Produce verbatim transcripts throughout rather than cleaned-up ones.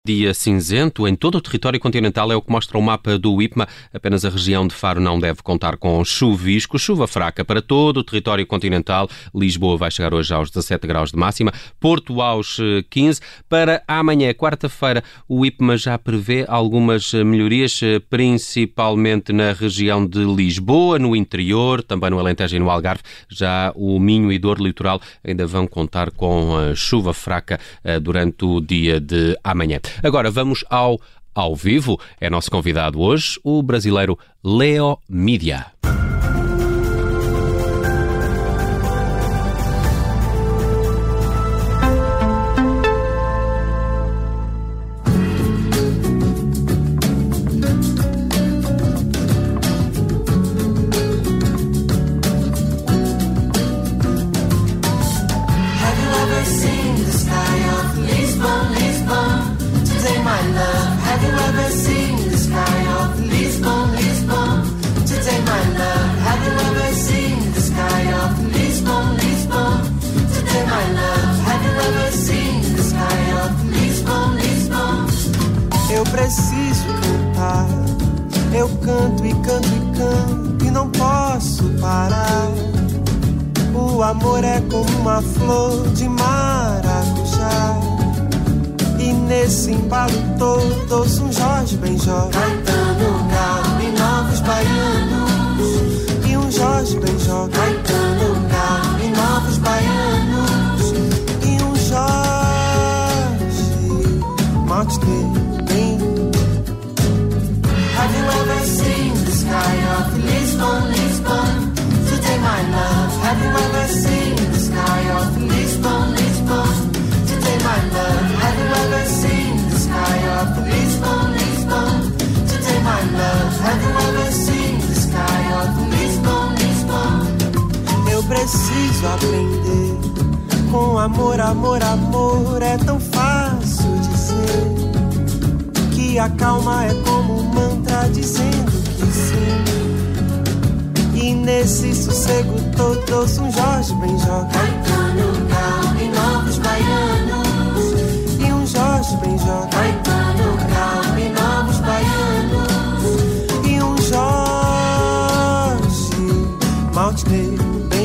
Dia cinzento em todo o território continental é o que mostra o mapa do I P M A. Apenas a região de Faro não deve contar com chuvisco. Chuva fraca para todo o território continental. Lisboa vai chegar hoje aos dezassete graus de máxima. Porto aos quinze. Para amanhã, quarta-feira, o I P M A já prevê algumas melhorias, principalmente na região de Lisboa, no interior, também no Alentejo e no Algarve. Já o Minho e Douro Litoral ainda vão contar com chuva fraca durante o dia de amanhã. Agora vamos ao ao vivo. É nosso convidado hoje o brasileiro Leo Mídia. Eu preciso cantar, eu canto e canto e canto e não posso parar. O amor é como uma flor de maracujá, e nesse embalo todo ouço um Jorge Benjor, Caetano, Gal e novos baianos. E um Jorge Benjor, Caetano, Gal e novos baianos. E um Jorge Maltner. Have you ever seen the sky of Lisbon, Lisbon? Today my love. Have you ever seen the sky of Lisbon, Lisbon? Today my love. Have you ever seen the sky of Lisbon, Lisbon? Today my love. Have you ever seen the sky of Lisbon, Lisbon? Eu preciso aprender com amor, amor, amor. É tão fácil dizer que a calma é como um mantra dizendo que sim. E nesse sossego todo ouço um Jorge Benjor, Caetano, Gal e novos baianos. E um Jorge Benjor, Caetano, Gal e novos baianos. E um Jorge Maltner.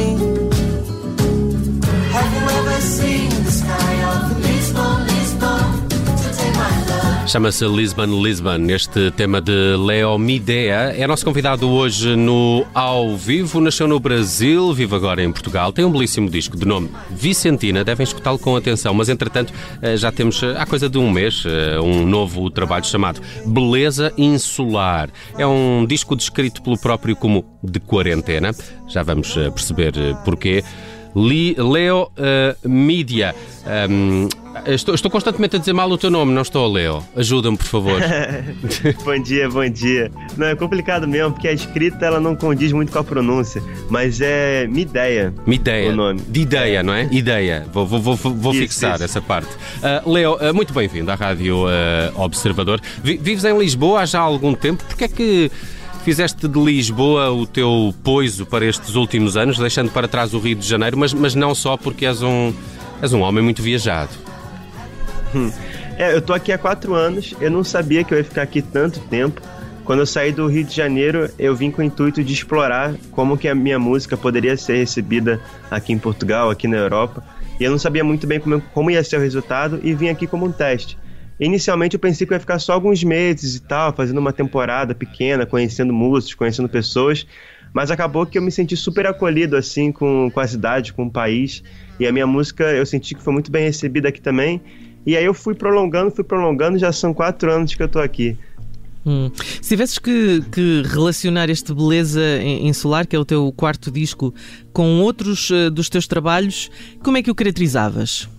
Have you ever seen the sky of Lisbon, Lisbon? Chama-se Lisbon, Lisbon, este tema de Leo Mídia. É nosso convidado hoje no Ao Vivo. Nasceu no Brasil, vive agora em Portugal. Tem um belíssimo disco de nome Vicentina. Devem escutá-lo com atenção. Mas, entretanto, já temos, há coisa de um mês, um novo trabalho chamado Beleza Insular. É um disco descrito pelo próprio como de quarentena. Já vamos perceber porquê. Li, Leo uh, Mídia. Um, estou, estou constantemente a dizer mal o teu nome, não estou, Leo? Ajuda-me, por favor. Bom dia, bom dia. Não, é complicado mesmo, porque a escrita ela não condiz muito com a pronúncia, mas é Mideia. Mideia. O nome. De ideia, não é? Ideia. Vou, vou, vou, vou isso, fixar isso. essa parte. Uh, Leo, uh, muito bem-vindo à Rádio uh, Observador. Vives em Lisboa há já algum tempo. Porquê é que fizeste de Lisboa o teu poiso para estes últimos anos, deixando para trás o Rio de Janeiro, mas, mas não só porque és um, és um homem muito viajado? Hum. É, eu tô aqui há quatro anos, eu não sabia que eu ia ficar aqui tanto tempo. Quando eu saí do Rio de Janeiro, eu vim com o intuito de explorar como que a minha música poderia ser recebida aqui em Portugal, aqui na Europa. E eu não sabia muito bem como, como ia ser o resultado e vim aqui como um teste. Inicialmente eu pensei que eu ia ficar só alguns meses e tal, fazendo uma temporada pequena, conhecendo músicos, conhecendo pessoas, mas acabou que eu me senti super acolhido assim com, com a cidade, com o país, e a minha música eu senti que foi muito bem recebida aqui também, e aí eu fui prolongando, fui prolongando, já são quatro anos que eu tô aqui. Hum. Se tivesses que, que relacionar este Beleza Insular, que é o teu quarto disco, com outros uh, dos teus trabalhos, como é que o caracterizavas?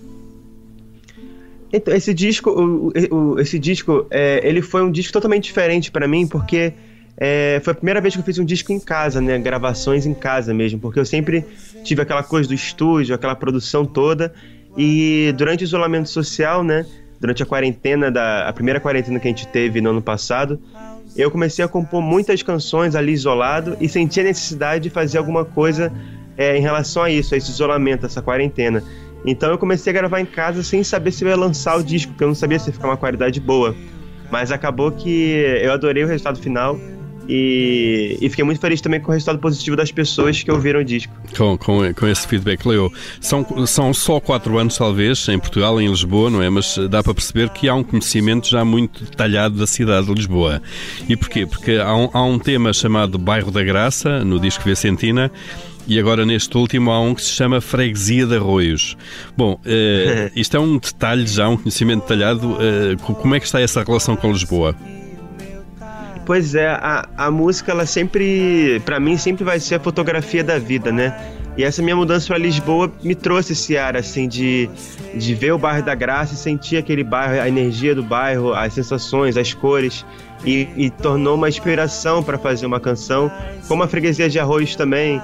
Então, esse disco, o, o, esse disco é, ele foi um disco totalmente diferente para mim, porque é, foi a primeira vez que eu fiz um disco em casa, né, gravações em casa mesmo, porque eu sempre tive aquela coisa do estúdio, aquela produção toda, e durante o isolamento social, né, durante a quarentena, da, a primeira quarentena que a gente teve no ano passado, eu comecei a compor muitas canções ali isolado e senti a necessidade de fazer alguma coisa é, em relação a isso, a esse isolamento, essa quarentena. Então eu comecei a gravar em casa sem saber se eu ia lançar o disco, porque eu não sabia se ia ficar uma qualidade boa. Mas acabou que eu adorei o resultado final e, e fiquei muito feliz também com o resultado positivo das pessoas que ouviram o disco. Com, com, com esse feedback, Leo. São, são só quatro anos, talvez, em Portugal, em Lisboa, não é? Mas dá para perceber que há um conhecimento já muito detalhado da cidade de Lisboa. E porquê? Porque há um, há um tema chamado Bairro da Graça, no disco Vicentina, e agora neste último há um que se chama Freguesia de Arroios. Bom, uh, isto é um detalhe já, um conhecimento detalhado. Uh, como é que está essa relação com Lisboa? Pois é, a, a música, ela sempre, pra mim, sempre vai ser a fotografia da vida, né? E essa minha mudança pra Lisboa me trouxe esse ar, assim, de, de ver o bairro da Graça e sentir aquele bairro, a energia do bairro, as sensações, as cores, e, e tornou uma inspiração para fazer uma canção, como a Freguesia de Arroios também.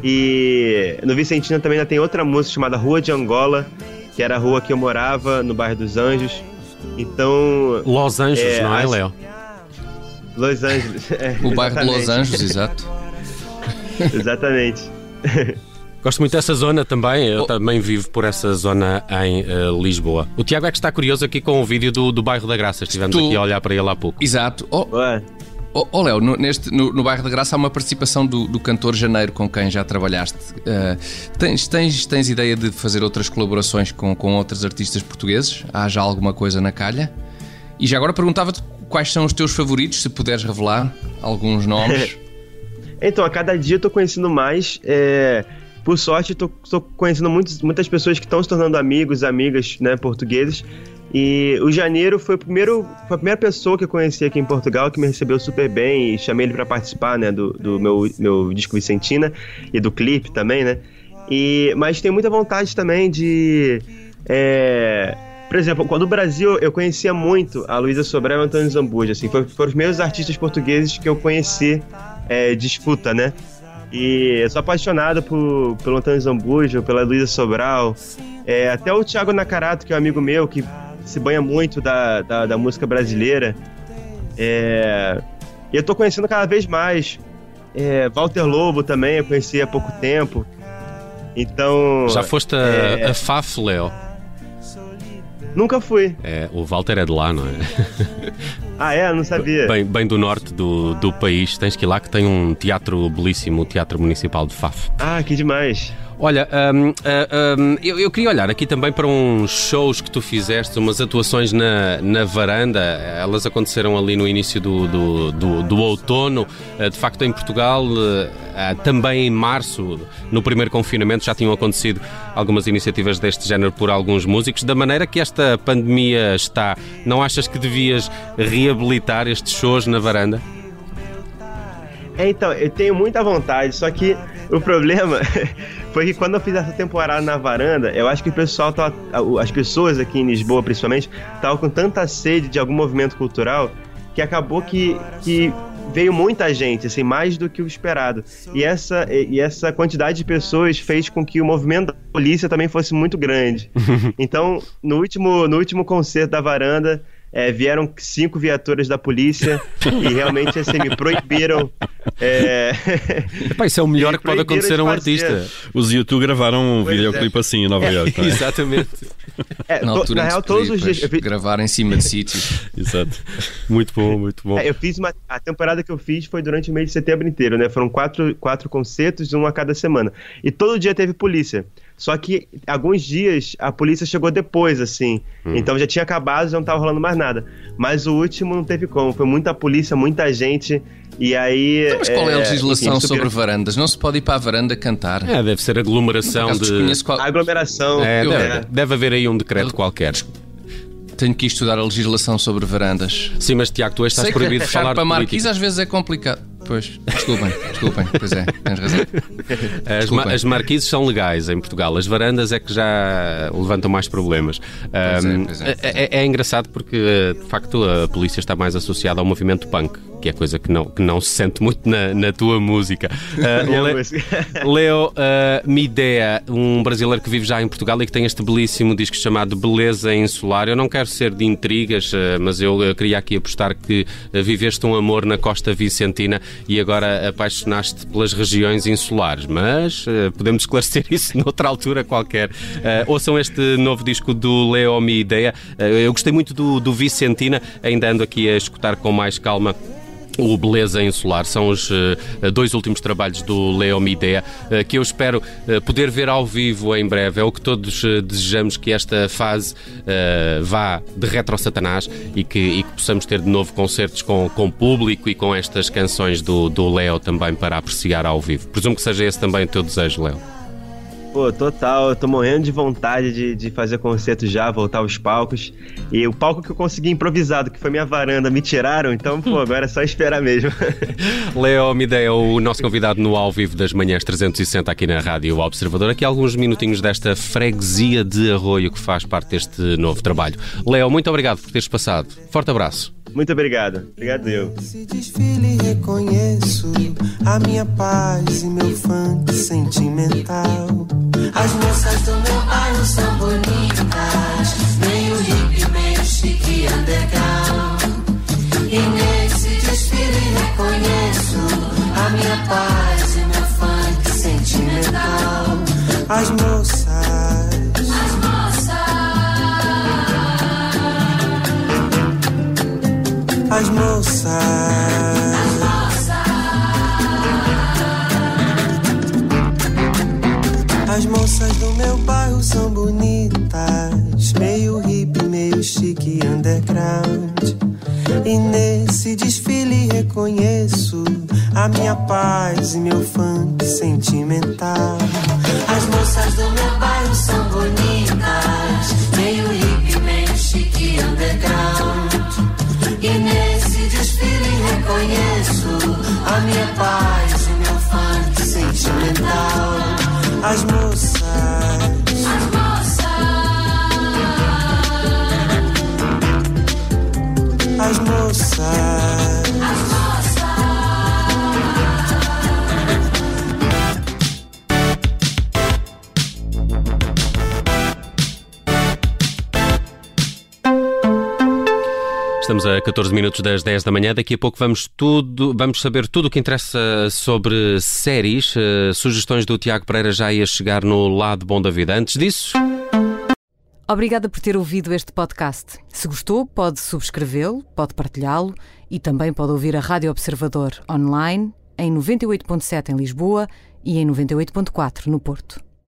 E no Vicentina também ainda tem outra música chamada Rua de Angola, que era a rua que eu morava, no bairro dos Anjos. Então... Los Anjos, é, não é, as... Léo? Los Angeles. É, o bairro de Los Anjos, exato. Exatamente. Gosto muito dessa zona também, eu oh. também vivo por essa zona em uh, Lisboa. O Tiago é que está curioso aqui com o vídeo do, do Bairro da Graça, estivemos tu... aqui a olhar para ele há pouco. Exato. Oh. Oh, oh Léo, no, neste, no, no Bairro da Graça há uma participação do, do cantor Janeiro, com quem já trabalhaste. Uh, tens, tens, tens ideia de fazer outras colaborações com, com outros artistas portugueses? Há já alguma coisa na calha? E já agora perguntava-te quais são os teus favoritos, se puderes revelar alguns nomes. Então, a cada dia eu tô conhecendo mais. É... Por sorte, tô, tô conhecendo muitos, muitas pessoas que estão se tornando amigos, amigas, né, portugueses. E o Janeiro foi, o primeiro, foi a primeira pessoa que eu conheci aqui em Portugal, que me recebeu super bem, e chamei ele para participar, né, do, do meu, meu disco Vicentina e do clipe também, né. E, mas tenho muita vontade também de... É, por exemplo, quando no Brasil eu conhecia muito a Luísa Sobral e o Antônio Zambuja, assim, foram, foram os meus artistas portugueses que eu conheci é, de escuta, né. E eu sou apaixonado por, pelo Antônio Zambuja, pela Luísa Sobral, é, até o Thiago Nakarato, que é um amigo meu, que se banha muito da, da, da música brasileira. É, e eu tô conhecendo cada vez mais. É, Walter Lobo também, eu conheci há pouco tempo. Então... Já foste a, é... a F A F, Léo? Nunca fui. É, o Walter é de lá, não é? Ah, é? Não sabia. Bem, bem do norte do, do país. Tens que ir lá, que tem um teatro belíssimo, o Teatro Municipal de F A F. Ah, que demais. Olha, um, uh, um, eu, eu queria olhar aqui também para uns shows que tu fizeste, umas atuações na, na varanda. Elas aconteceram ali no início do, do, do, do outono. Uh, de facto, em Portugal, uh, uh, também em março, no primeiro confinamento, já tinham acontecido algumas iniciativas deste género por alguns músicos. Da maneira que esta pandemia está, não achas que devias reabilitar estes shows na varanda? É, então, eu tenho muita vontade, só que o problema foi que quando eu fiz essa temporada na varanda, eu acho que o pessoal, tava, as pessoas aqui em Lisboa principalmente, estavam com tanta sede de algum movimento cultural que acabou que, que veio muita gente, assim, mais do que o esperado. E essa, e essa quantidade de pessoas fez com que o movimento da polícia também fosse muito grande. Então, no último, no último concerto da varanda, É, vieram cinco viaturas da polícia e realmente assim, me proibiram. É... Epá, isso é o melhor que pode acontecer a um artista. Os YouTube gravaram um pois videoclipe é. assim em Nova Iorque. É? Exatamente. É, Na altura na real, todos os dias. Eu fiz... Gravar em cima de sítios. Exato. Muito bom, muito bom. É, eu fiz uma... A temporada que eu fiz foi durante o mês de setembro inteiro, né? Foram quatro, quatro concertos, um a cada semana. E todo dia teve polícia. Só que alguns dias a polícia chegou depois, assim. Hum. Então já tinha acabado, já não tava rolando mais nada. Mas o último não teve como. Foi muita polícia, muita gente. E aí... Então, mas qual é a legislação enfim, sobre varandas? Não se pode ir para a varanda cantar? É, deve ser aglomeração de... Qual... Aglomeração. É, deve, é. deve haver aí um decreto eu... qualquer. Tenho que estudar a legislação sobre varandas. Sim, mas Tiago, tu estás proibido de falar para de Marquise às vezes é complicado. Pois, desculpem, desculpem, pois é, tens razão. As, ma as marquises são legais em Portugal, as varandas é que já levantam mais problemas. Pois um, é, pois é, pois é. É, é engraçado porque, de facto, a polícia está mais associada ao movimento punk. que é coisa que não, que não se sente muito na, na tua música. Uh, Le... Leo uh, Midea, um brasileiro que vive já em Portugal e que tem este belíssimo disco chamado Beleza Insular. Eu não quero ser de intrigas, uh, mas eu uh, queria aqui apostar que uh, viveste um amor na costa vicentina e agora apaixonaste pelas regiões insulares, mas uh, podemos esclarecer isso noutra altura qualquer. Uh, ouçam este novo disco do Leo Midea. Uh, eu gostei muito do, do Vicentina, ainda ando aqui a escutar com mais calma o Beleza Insular. São os uh, dois últimos trabalhos do Leo Midea, uh, que eu espero uh, poder ver ao vivo em breve. É o que todos uh, desejamos, que esta fase uh, vá de retro Satanás e que, e que possamos ter de novo concertos com, com público e com estas canções do, do Leo também para apreciar ao vivo. Presumo que seja esse também o teu desejo, Leo. Pô, total, eu tô morrendo de vontade de, de fazer concerto já, voltar aos palcos. E o palco que eu consegui improvisado, que foi minha varanda, me tiraram, então, pô, agora é só esperar mesmo. Leo Midea, o nosso convidado no Ao Vivo das Manhãs trezentos e sessenta aqui na Rádio Observador. Aqui alguns minutinhos desta freguesia de Arroio que faz parte deste novo trabalho. Leo, muito obrigado por teres passado. Forte abraço. Muito obrigado. Obrigado eu. Esse desfile reconheço a minha paz e meu funk sentimental. As moças do meu bairro são bonitas, meio hippie, meio chique underground. E nesse desfile reconheço a minha paz e meu funk sentimental. As moças, as moças, as moças. As moças do meu bairro são bonitas, meio hippie, meio chique underground. E nesse desfile reconheço a minha paz e meu funk sentimental. As moças do meu bairro são bonitas, meio hippie, meio chique underground. E nesse desfile reconheço a minha paz e meu funk sentimental. As moças, as moças, as moças, as moças. Estamos a catorze minutos das dez da manhã. Daqui a pouco vamos, tudo, vamos saber tudo o que interessa sobre séries. Uh, sugestões do Tiago Pereira já ia chegar no Lado Bom da Vida. Antes disso... Obrigada por ter ouvido este podcast. Se gostou, pode subscrevê-lo, pode partilhá-lo e também pode ouvir a Rádio Observador online em noventa e oito ponto sete em Lisboa e em noventa e oito ponto quatro no Porto.